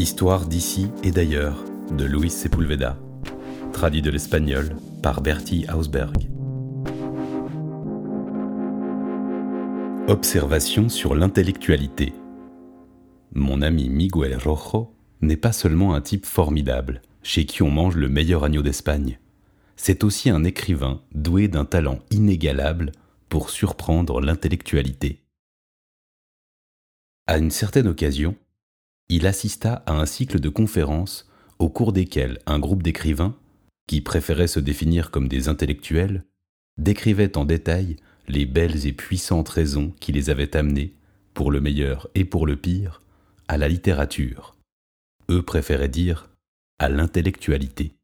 Histoire d'ici et d'ailleurs de Luis Sepúlveda, traduit de l'espagnol par Bertie Hausberg. Observation sur l'intellectualité. Mon ami Miguel Rojo n'est pas seulement un type formidable, chez qui on mange le meilleur agneau d'Espagne. C'est aussi un écrivain doué d'un talent inégalable pour surprendre l'intellectualité. À une certaine occasion, il assista à un cycle de conférences au cours desquelles un groupe d'écrivains, qui préféraient se définir comme des intellectuels, décrivait en détail les belles et puissantes raisons qui les avaient amenés, pour le meilleur et pour le pire, à la littérature. Eux préféraient dire à l'intellectualité.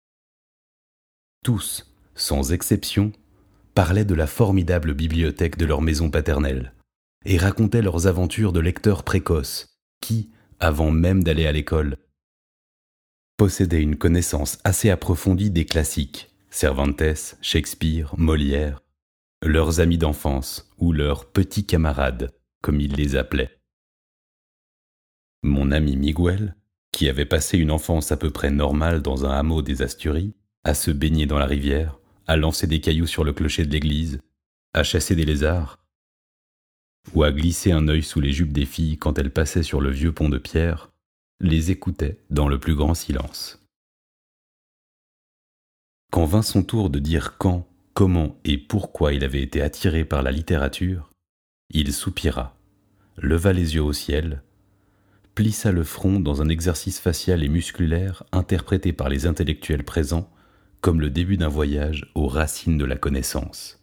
Tous, sans exception, parlaient de la formidable bibliothèque de leur maison paternelle et racontaient leurs aventures de lecteurs précoces qui, avant même d'aller à l'école, possédaient une connaissance assez approfondie des classiques, Cervantes, Shakespeare, Molière, leurs amis d'enfance ou leurs petits camarades, comme ils les appelaient. Mon ami Miguel, qui avait passé une enfance à peu près normale dans un hameau des Asturies, à se baigner dans la rivière, à lancer des cailloux sur le clocher de l'église, à chasser des lézards, ou à glisser un œil sous les jupes des filles quand elles passaient sur le vieux pont de pierre, les écoutait dans le plus grand silence. Quand vint son tour de dire quand, comment et pourquoi il avait été attiré par la littérature, il soupira, leva les yeux au ciel, plissa le front dans un exercice facial et musculaire interprété par les intellectuels présents comme le début d'un voyage aux racines de la connaissance.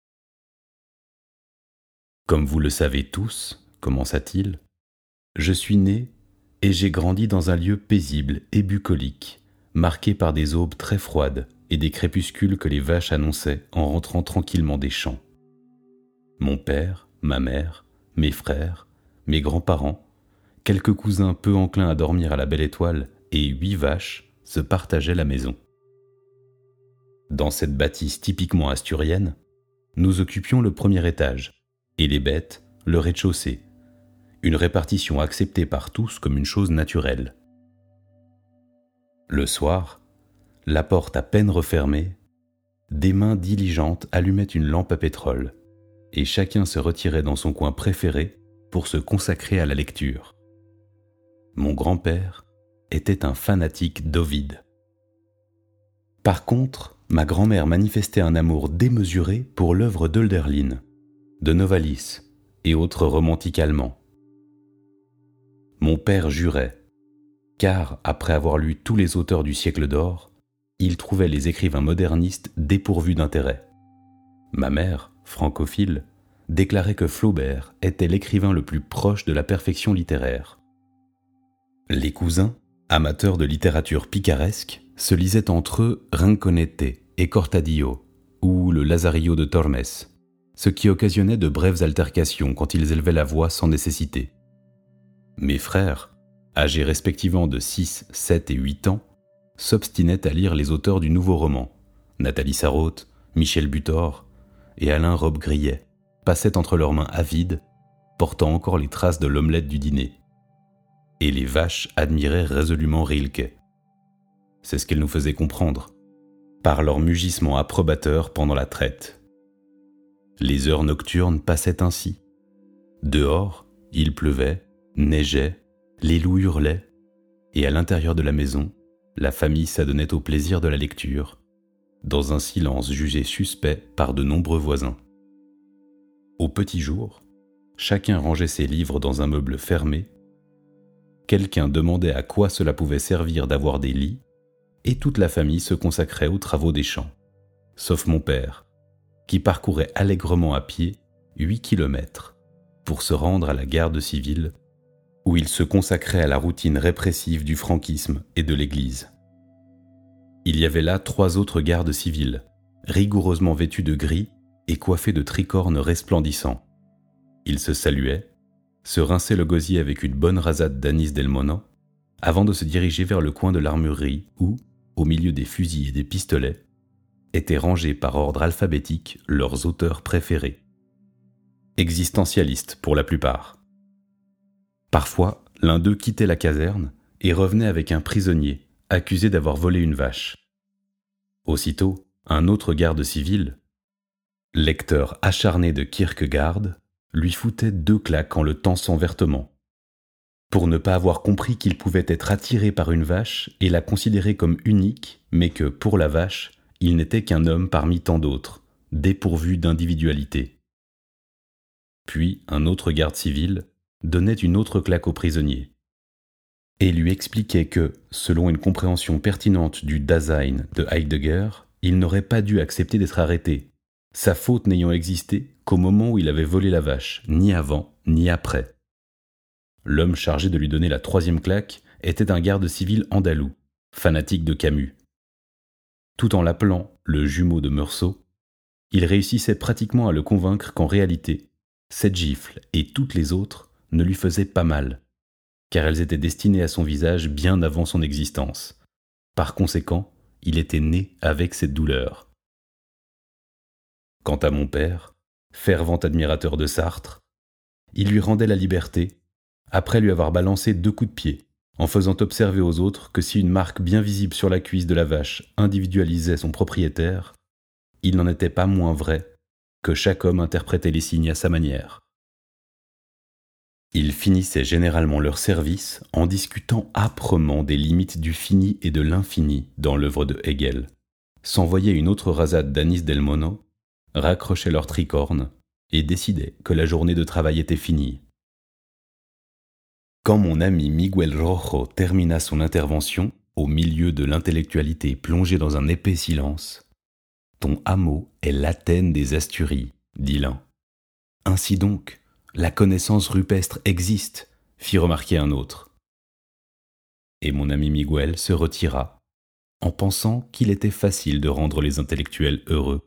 Comme vous le savez tous, commença-t-il, je suis né et j'ai grandi dans un lieu paisible et bucolique, marqué par des aubes très froides et des crépuscules que les vaches annonçaient en rentrant tranquillement des champs. Mon père, ma mère, mes frères, mes grands-parents, quelques cousins peu enclins à dormir à la belle étoile et 8 vaches se partageaient la maison. Dans cette bâtisse typiquement asturienne, nous occupions le premier étage et les bêtes le rez-de-chaussée, une répartition acceptée par tous comme une chose naturelle. Le soir, la porte à peine refermée, des mains diligentes allumaient une lampe à pétrole et chacun se retirait dans son coin préféré pour se consacrer à la lecture. Mon grand-père était un fanatique d'Ovide. Par contre, ma grand-mère manifestait un amour démesuré pour l'œuvre d'Hölderlin, de Novalis et autres romantiques allemands. Mon père jurait, car après avoir lu tous les auteurs du siècle d'or, il trouvait les écrivains modernistes dépourvus d'intérêt. Ma mère, francophile, déclarait que Flaubert était l'écrivain le plus proche de la perfection littéraire. Les cousins, amateurs de littérature picaresque, se lisaient entre eux Rinconete et Cortadillo, ou le Lazarillo de Tormes, ce qui occasionnait de brèves altercations quand ils élevaient la voix sans nécessité. Mes frères, âgés respectivement de 6, 7 et 8 ans, s'obstinaient à lire les auteurs du nouveau roman. Nathalie Sarraute, Michel Butor et Alain Robbe-Grillet passaient entre leurs mains avides, portant encore les traces de l'omelette du dîner. Et les vaches admiraient résolument Rilke. C'est ce qu'elles nous faisaient comprendre, par leur mugissement approbateur pendant la traite. Les heures nocturnes passaient ainsi. Dehors, il pleuvait, neigeait, les loups hurlaient, et à l'intérieur de la maison, la famille s'adonnait au plaisir de la lecture, dans un silence jugé suspect par de nombreux voisins. Au petit jour, chacun rangeait ses livres dans un meuble fermé, quelqu'un demandait à quoi cela pouvait servir d'avoir des lits, et toute la famille se consacrait aux travaux des champs, sauf mon père, qui parcourait allègrement à pied 8 kilomètres pour se rendre à la garde civile, où il se consacrait à la routine répressive du franquisme et de l'Église. Il y avait là 3 autres gardes civils, rigoureusement vêtus de gris et coiffés de tricornes resplendissants. Ils se saluaient, se rinçaient le gosier avec une bonne rasade d'anis del Mono, avant de se diriger vers le coin de l'armurerie où, au milieu des fusils et des pistolets, étaient rangés par ordre alphabétique leurs auteurs préférés. Existentialistes pour la plupart. Parfois, l'un d'eux quittait la caserne et revenait avec un prisonnier accusé d'avoir volé une vache. Aussitôt, un autre garde civil, lecteur acharné de Kierkegaard, lui foutait 2 claques en le tensant vertement. Pour ne pas avoir compris qu'il pouvait être attiré par une vache et la considérer comme unique, mais que, pour la vache, il n'était qu'un homme parmi tant d'autres, dépourvu d'individualité. Puis un autre garde civil donnait une autre claque au prisonnier et lui expliquait que, selon une compréhension pertinente du Dasein de Heidegger, il n'aurait pas dû accepter d'être arrêté, sa faute n'ayant existé qu'au moment où il avait volé la vache, ni avant, ni après. L'homme chargé de lui donner la 3e claque était un garde civil andalou, fanatique de Camus. Tout en l'appelant le jumeau de Meursault, il réussissait pratiquement à le convaincre qu'en réalité, cette gifle et toutes les autres ne lui faisaient pas mal, car elles étaient destinées à son visage bien avant son existence. Par conséquent, il était né avec cette douleur. Quant à mon père, fervent admirateur de Sartre, il lui rendait la liberté, après lui avoir balancé 2 coups de pied, en faisant observer aux autres que si une marque bien visible sur la cuisse de la vache individualisait son propriétaire, il n'en était pas moins vrai que chaque homme interprétait les signes à sa manière. Ils finissaient généralement leur service en discutant âprement des limites du fini et de l'infini dans l'œuvre de Hegel, s'envoyaient une autre rasade d'anis del mono, raccrochaient leur tricorne et décidaient que la journée de travail était finie. Quand mon ami Miguel Rojo termina son intervention, au milieu de l'intellectualité plongée dans un épais silence, « Ton hameau est l'Athènes des Asturies, » dit l'un. « Ainsi donc, la connaissance rupestre existe, » fit remarquer un autre. Et mon ami Miguel se retira, en pensant qu'il était facile de rendre les intellectuels heureux.